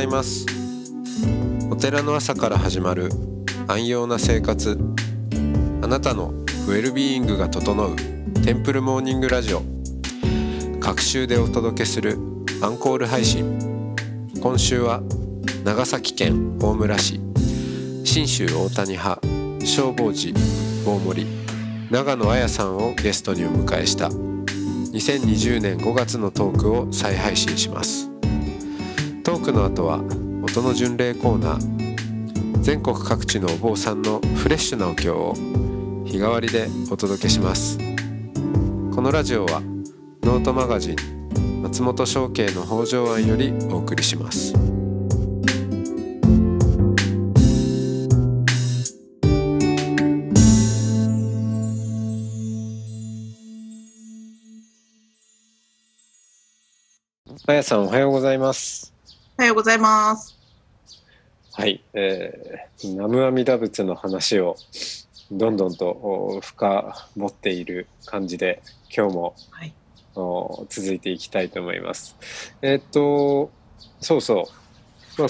ます。お寺の朝から始まる安養な生活、あなたのウェルビーイングが整うテンプルモーニングラジオ、各週でお届けするアンコール配信。今週は長崎県大村市、信州大谷派消防寺大森長野彩さんをゲストにお迎えした2020年5月のトークを再配信します。トークの後は音の巡礼コーナー、全国各地のお坊さんのフレッシュなお経を日替わりでお届けします。このラジオはノートマガジン松本商家の北条庵よりお送りします。あやさん、おはようございます。 おはようございます。 はい、南無阿弥陀仏の話をどんどんと深掘っている感じで今日も、はい、続いていきたいと思います。そうそう、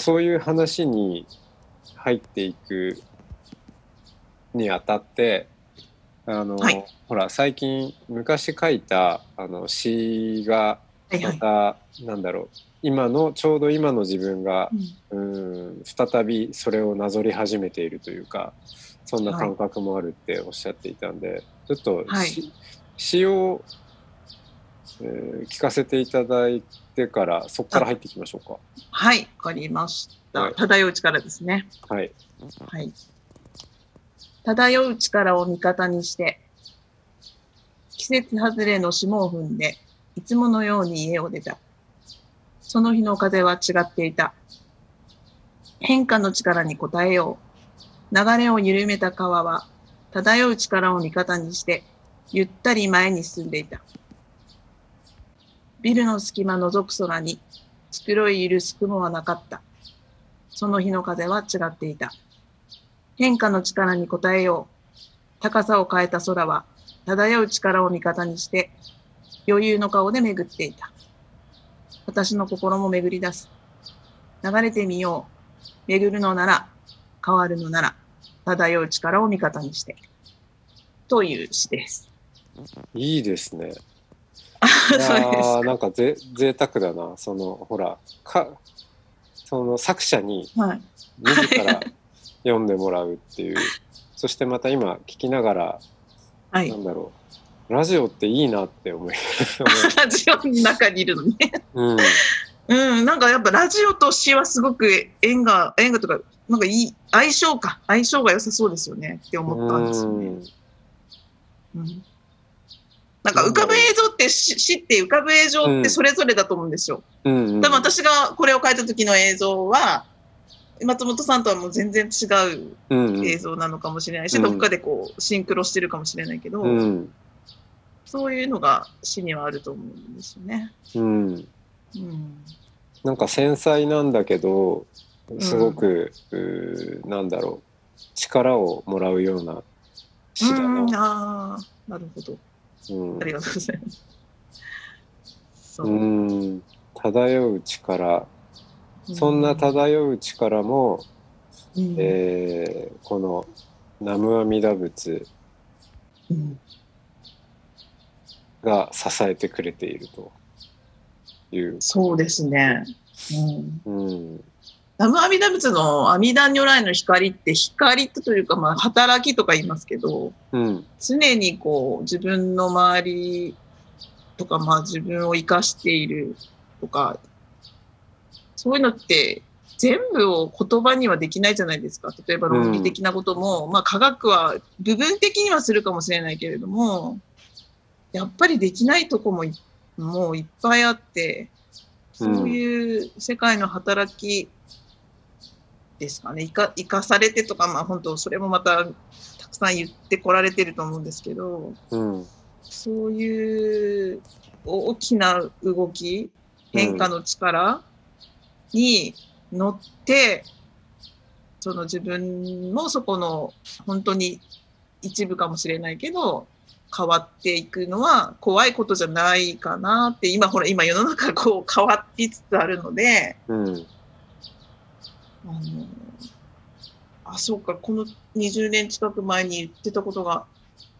そういう話に入っていくにあたってはい、ほら最近昔書いた詩がまた、なんだろう、ちょうど今の自分が、再びそれをなぞり始めているというか、そんな感覚もあるっておっしゃっていたんで、ちょっと、詩を、聞かせていただいてからそこから入っていきましょうか。 はい、わかりました。漂う力ですね。 はい。 はい。漂う力を味方にして、季節外れの霜を踏んで、いつものように家を出た。その日の風は違っていた。変化の力に応えよう。流れを緩めた川は、漂う力を味方にして、ゆったり前に進んでいた。ビルの隙間覗く空に、繕い許す雲はなかった。その日の風は違っていた。変化の力に応えよう。高さを変えた空は、漂う力を味方にして、余裕の顔で巡っていた。私の心も巡り出す。流れてみよう。巡るのなら、変わるのなら、漂う力を味方にして。という詩です。 いいですね。なんか贅沢だな。ほらその作者に自ら読んでもらうっていう、そしてまた今聞きながら、なんだろう、ラジオっていいなって思いラジオの中にいるのね。なんかやっぱラジオと詩はすごく縁がとか、なんかいい相性が良さそうですよねって思ったんですよね。なんか浮かぶ映像って詩って浮かぶ映像ってそれぞれだと思うんですよ。多分私がこれを書いた時の映像は松本さんとはもう全然違う映像なのかもしれないし、どっかでこうシンクロしてるかもしれないけど、そういうのが詩にはあると思うんですよね。 なんか繊細なんだけどすごく、なんだろう、力をもらうような詩だな。 なるほど。ありがとうございます。 漂う力、そんな漂う力も、この南無阿弥陀仏が支えてくれているという。 そうですね。南無阿弥陀仏の阿弥陀如来の光って光というか、働きとか言いますけど、常にこう自分の周りとか、自分を生かしているとか、そういうのって全部を言葉にはできないじゃないですか。例えば論理的なことも、科学は部分的にはするかもしれないけれども、やっぱりできないとこももういっぱいあって、そういう世界の働きですかね、生かされてとか、本当それもまたたくさん言ってこられてると思うんですけど、そういう大きな動き、変化の力に乗って、その自分もそこの本当に一部かもしれないけど変わっていくのは怖いことじゃないかなって、今世の中こう変わりつつあるので、 そうか、この20年近く前に言ってたことが、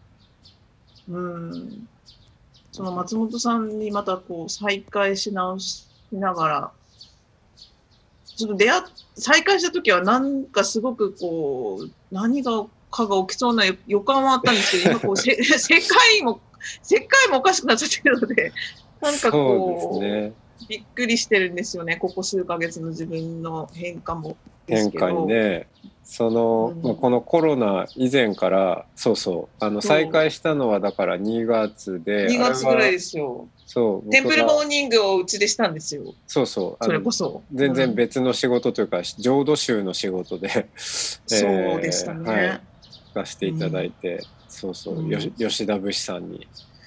その松本さんにまたこう再会し直しながら、ちょっと再会した時はなんかすごくこう、何かが起きそうな予感はあったんですけど、今こう世界もおかしくなっちゃってるので、なんかこう、びっくりしてるんですよね、ここ数ヶ月の自分の変化もですけど。 変化にね、このコロナ以前から、再開したのはだから2月で、 2月ぐらいですよ。テンプルモーニングをうちでしたんですよ。それこそ。 全然別の仕事というか、浄土宗の仕事で、 そうでしたね。 聞かせていただいて、吉田節さんに。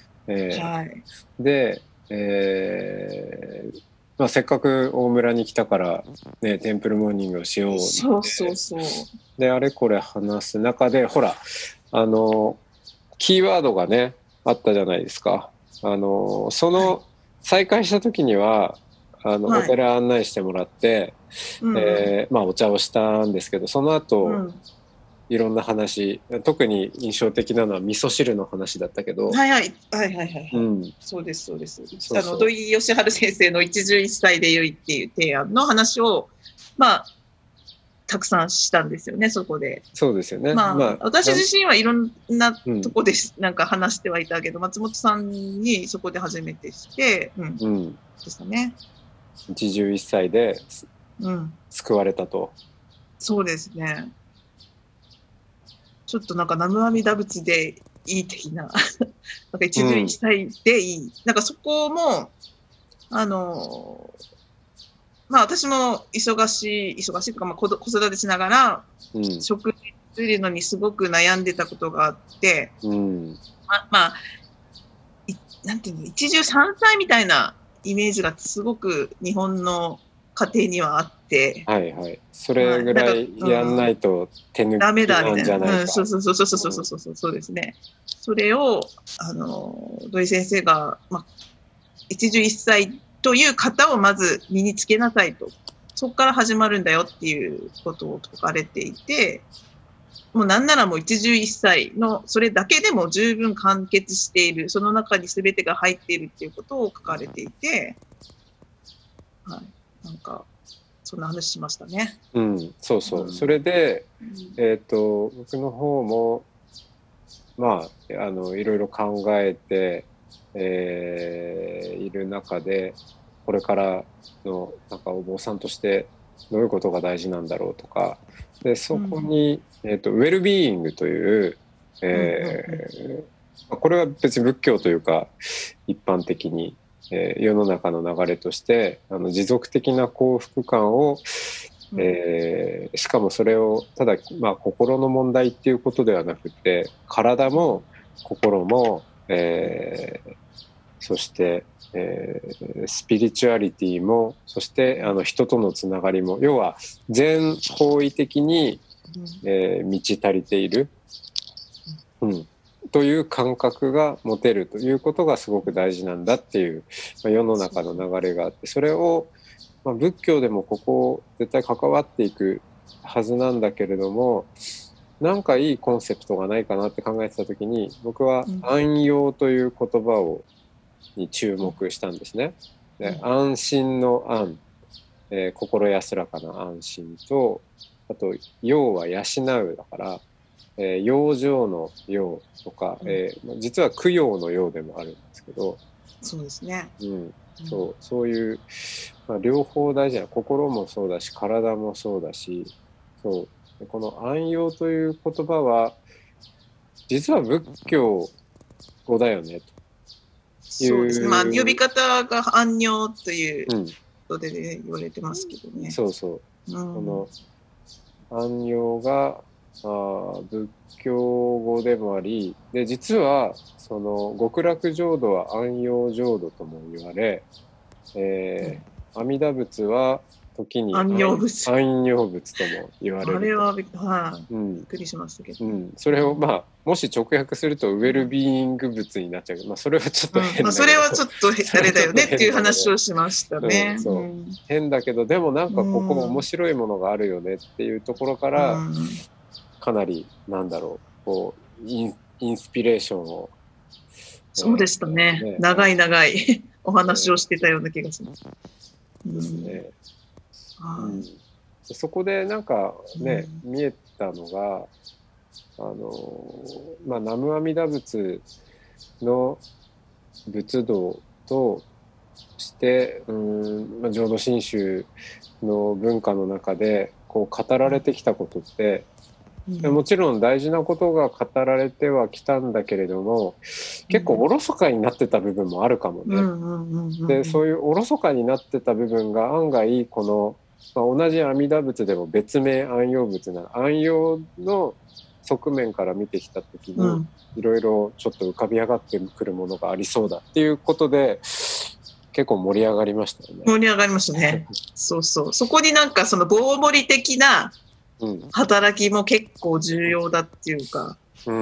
で、せっかく大村に来たからね、テンプルモーニングをしよう。で、あれこれ話す中で、ほら、キーワードがね、あったじゃないですか。再開した時には、お寺案内してもらって、お茶をしたんですけど、その後、いろんな話、特に印象的なのは味噌汁の話だったけど、 そうです土井善晴先生の一汁一菜で良いっていう提案の話をたくさんしたんですよね、そこで。 そうですよね。 私自身はいろんなとこでなんか話してはいたけど、松本さんにそこで初めてして、でしたね。 一汁一菜で救われたと。 そうですね。ちょっとなんか南無阿弥陀仏でいい的な、なんか一汁一菜でいい。なんかそこも、私も忙しいというか、子育てしながら、食事するのにすごく悩んでたことがあって、なんていうの、一汁三菜みたいなイメージがすごく日本の家庭にはあって、 それぐらいやんないと手抜きなんじゃないか。 そうですね。それを土井先生が、一汁一菜という型をまず身につけなさいと、そこから始まるんだよっていうことを説かれていて、もうなんならもう一汁一菜のそれだけでも十分完結している、その中に全てが入っているっていうことを書かれていて、なんかそんな話しましたね。 それで、僕の方もいろいろ考えて、いる中で、これからのなんかお坊さんとしてどういうことが大事なんだろうとか、でそこに、ウェルビーイングという、これは別に仏教というか一般的に、世の中の流れとして持続的な幸福感を、しかもそれをただ、心の問題っていうことではなくて、体も心も、そして、スピリチュアリティも、そして人とのつながりも、要は全方位的に、満ち足りている、という感覚が持てるということがすごく大事なんだっていう、世の中の流れがあって、それを、仏教でもここ絶対関わっていくはずなんだけれども、なんかいいコンセプトがないかなって考えてた時に、僕は安養という言葉に注目したんですね。で、安心の安、心安らかな安心と、あと養は養うだから、養生の養とか、実は供養の養でもあるんですけど、 そうですね。 そういう、両方大事な、心もそうだし体もそうだし、この安養という言葉は実は仏教語だよねと。 そうですね。呼び方が安養ということで、言われてますけどね。 この安養が仏教語でもあり、で実はその極楽浄土は安養浄土とも言われ、阿弥陀仏は時に暗葉物とも言われる。 あれは、びっくりしましたけど、 それをもし直訳するとウェルビーイング物になっちゃう。それはちょっと変だけど、 それはちょっとあれだよねっていう話をしましたね。 変だけど、でもなんかここ面白いものがあるよねっていうところから、かなりなんだろう、こうインスピレーションを、 そうでしたね。長いお話をしてたような気がします。 ですね。そこでなんかね、見えたのが南無阿弥陀仏の仏道として浄土真宗の文化の中でこう語られてきたことって、もちろん大事なことが語られてはきたんだけれども、結構おろそかになってた部分もあるかもね。でそういうおろそかになってた部分が案外この、同じ阿弥陀仏でも別名安養仏なら安養の側面から見てきた時にいろいろちょっと浮かび上がってくるものがありそうだっていうことで結構盛り上がりましたよね。盛り上がりましたね。 そこになんかその棒盛り的な働きも結構重要だっていうか、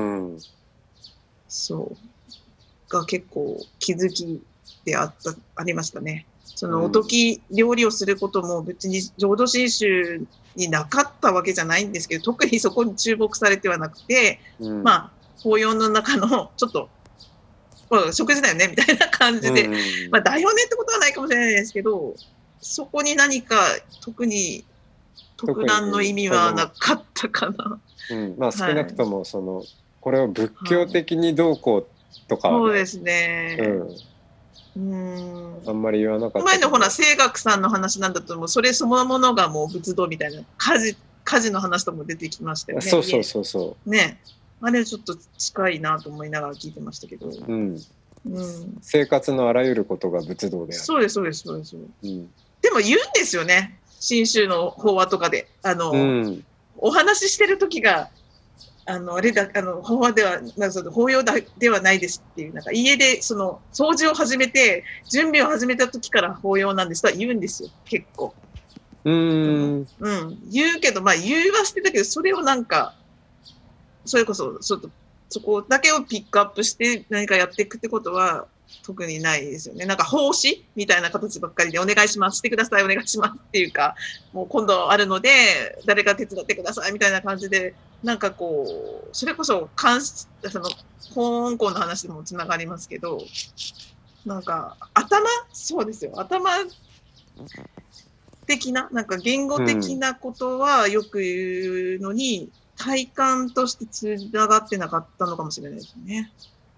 が結構気づきでありましたね。そのおとき料理をすることも別に浄土真宗になかったわけじゃないんですけど、特にそこに注目されてはなくて、法要の中のちょっと食事だよねみたいな感じで、だよねってことはないかもしれないですけど、そこに何か特段の意味はなかったかな。 少なくともこれを仏教的にどうこうとか、 そうですね。 あんまり言わなかった。 前のほら清学さんの話なんだと思う。それそのものがもう仏道みたいな家事の話とも出てきましたよね。そうね。あれちょっと近いなと思いながら聞いてましたけど。生活のあらゆることが仏道である。そうです。でも言うんですよね。信州の法話とかでお話ししてる時が法話では法要ではないですっていう、なんか家で掃除を始めて準備を始めた時から法要なんですとは言うんですよ、結構。言うけど言うはしてたけど、それをなんかそれこそそこだけをピックアップして何かやっていくってことは特にないですよね。なんか奉仕みたいな形ばっかりでお願いします、してください、お願いしますっていうか、もう今度あるので誰か手伝ってくださいみたいな感じで、なんかこうそれこそ法音の話でもつながりますけど、なんか頭的な、なんか言語的なことはよく言うのに、体感としてつながってなかったのかもしれないですね。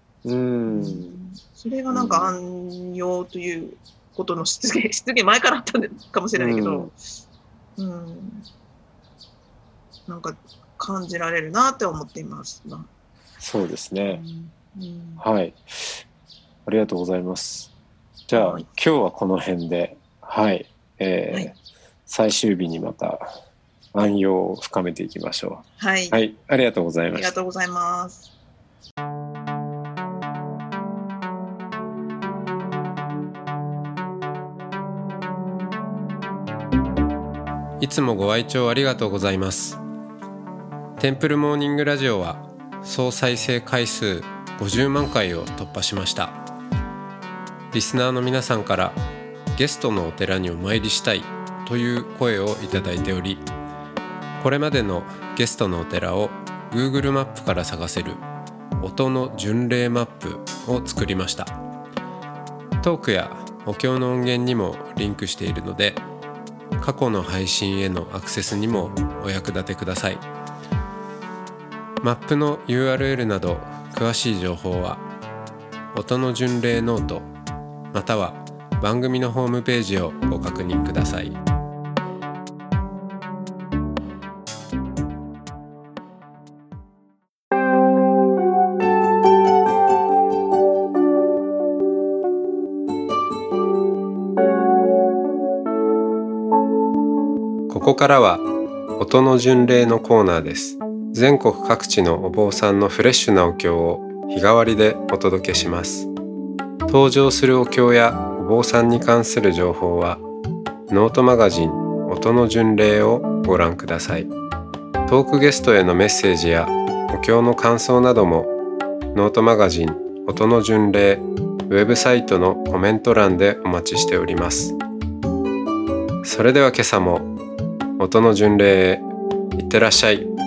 それがなんか安養ということの出現前からあったんかもしれないけど、なんか感じられるなって思っています。 そうですね。はい、ありがとうございます。じゃあ、今日はこの辺で、最終日にまた安養を深めていきましょう。はい、ありがとうございました。 ありがとうございます。 いつもご愛聴ありがとうございます。テンプルモーニングラジオは総再生回数50万回を突破しました。リスナーの皆さんからゲストのお寺にお参りしたいという声をいただいており、これまでのゲストのお寺を Google マップから探せる音の巡礼マップを作りました。トークやお経の音源にもリンクしているので、過去の配信へのアクセスにもお役立てください。マップの URL など詳しい情報は音の巡礼ノートまたは番組のホームページをご確認ください。ここからは音の巡礼のコーナーです。全国各地のお坊さんのフレッシュなお経を日替わりでお届けします。登場するお経やお坊さんに関する情報はノートマガジン音の巡礼をご覧ください。トークゲストへのメッセージやお経の感想などもノートマガジン音の巡礼ウェブサイトのコメント欄でお待ちしております。それでは今朝も音の巡礼へいってらっしゃい。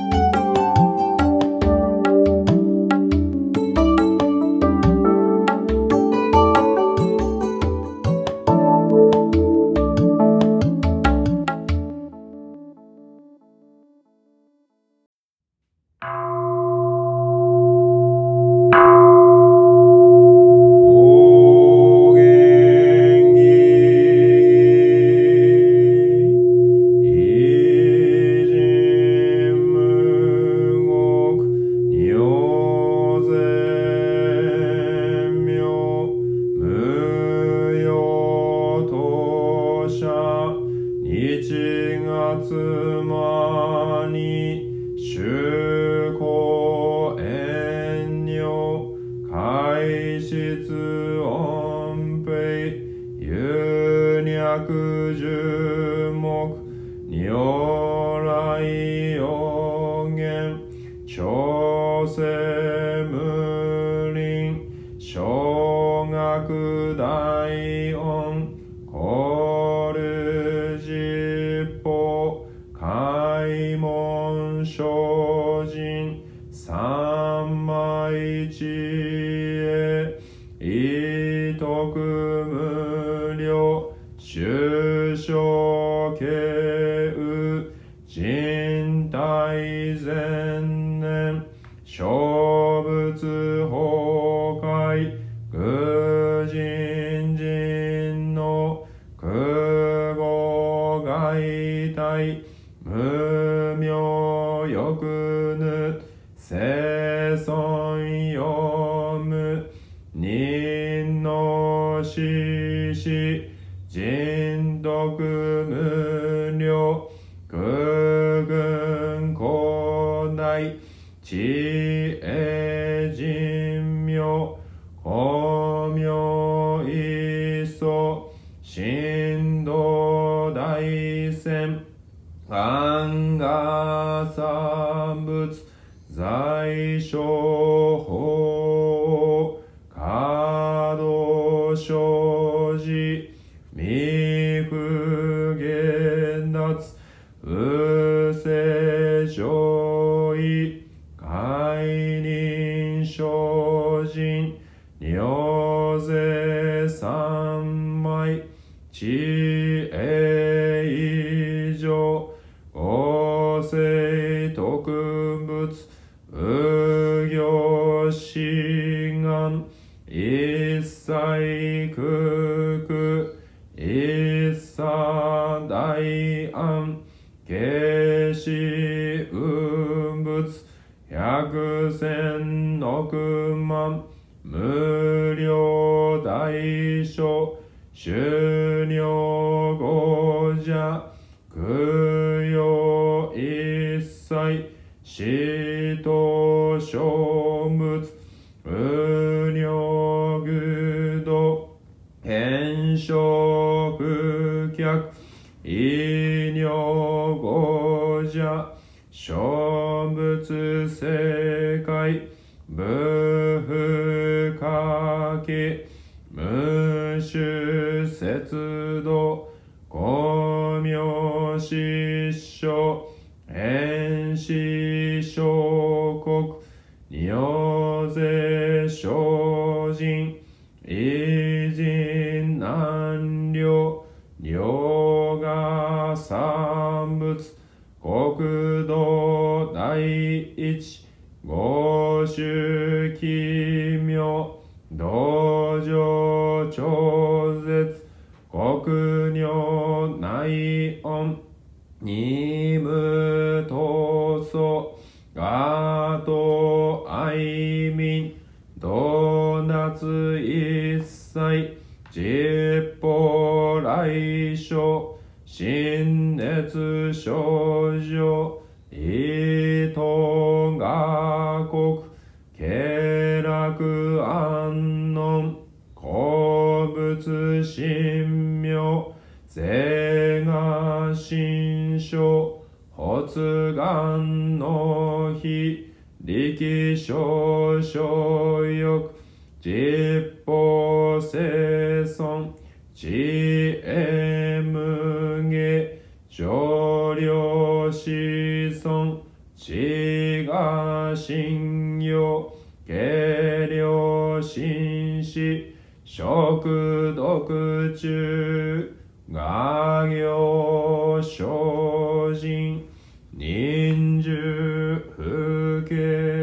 仏神妙世が新書発願の日力少々欲実法生存知恵無下上領子孫知が信用計量心死食読中画行精進忍術不敬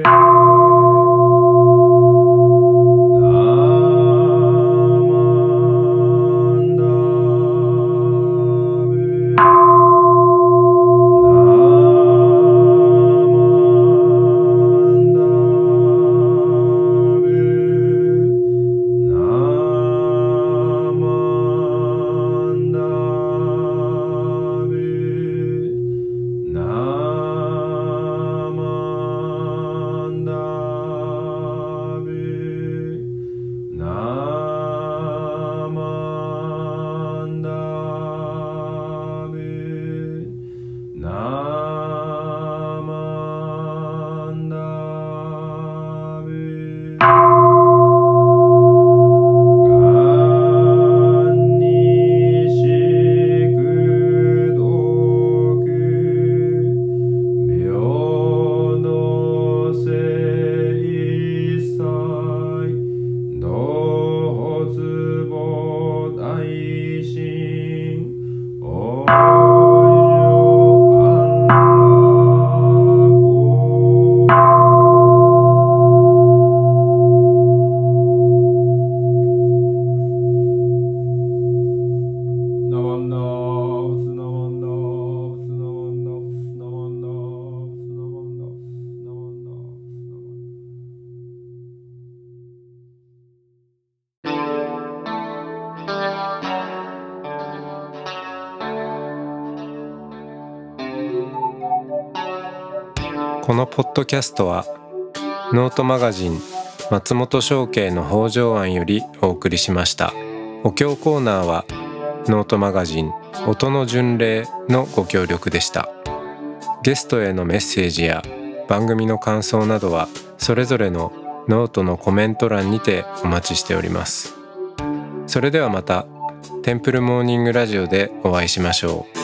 このポッドキャストはノートマガジン松本商家の北条庵よりお送りしました。お経コーナーはノートマガジン音の巡礼のご協力でした。ゲストへのメッセージや番組の感想などはそれぞれのノートのコメント欄にてお待ちしております。それではまたテンプルモーニングラジオでお会いしましょう。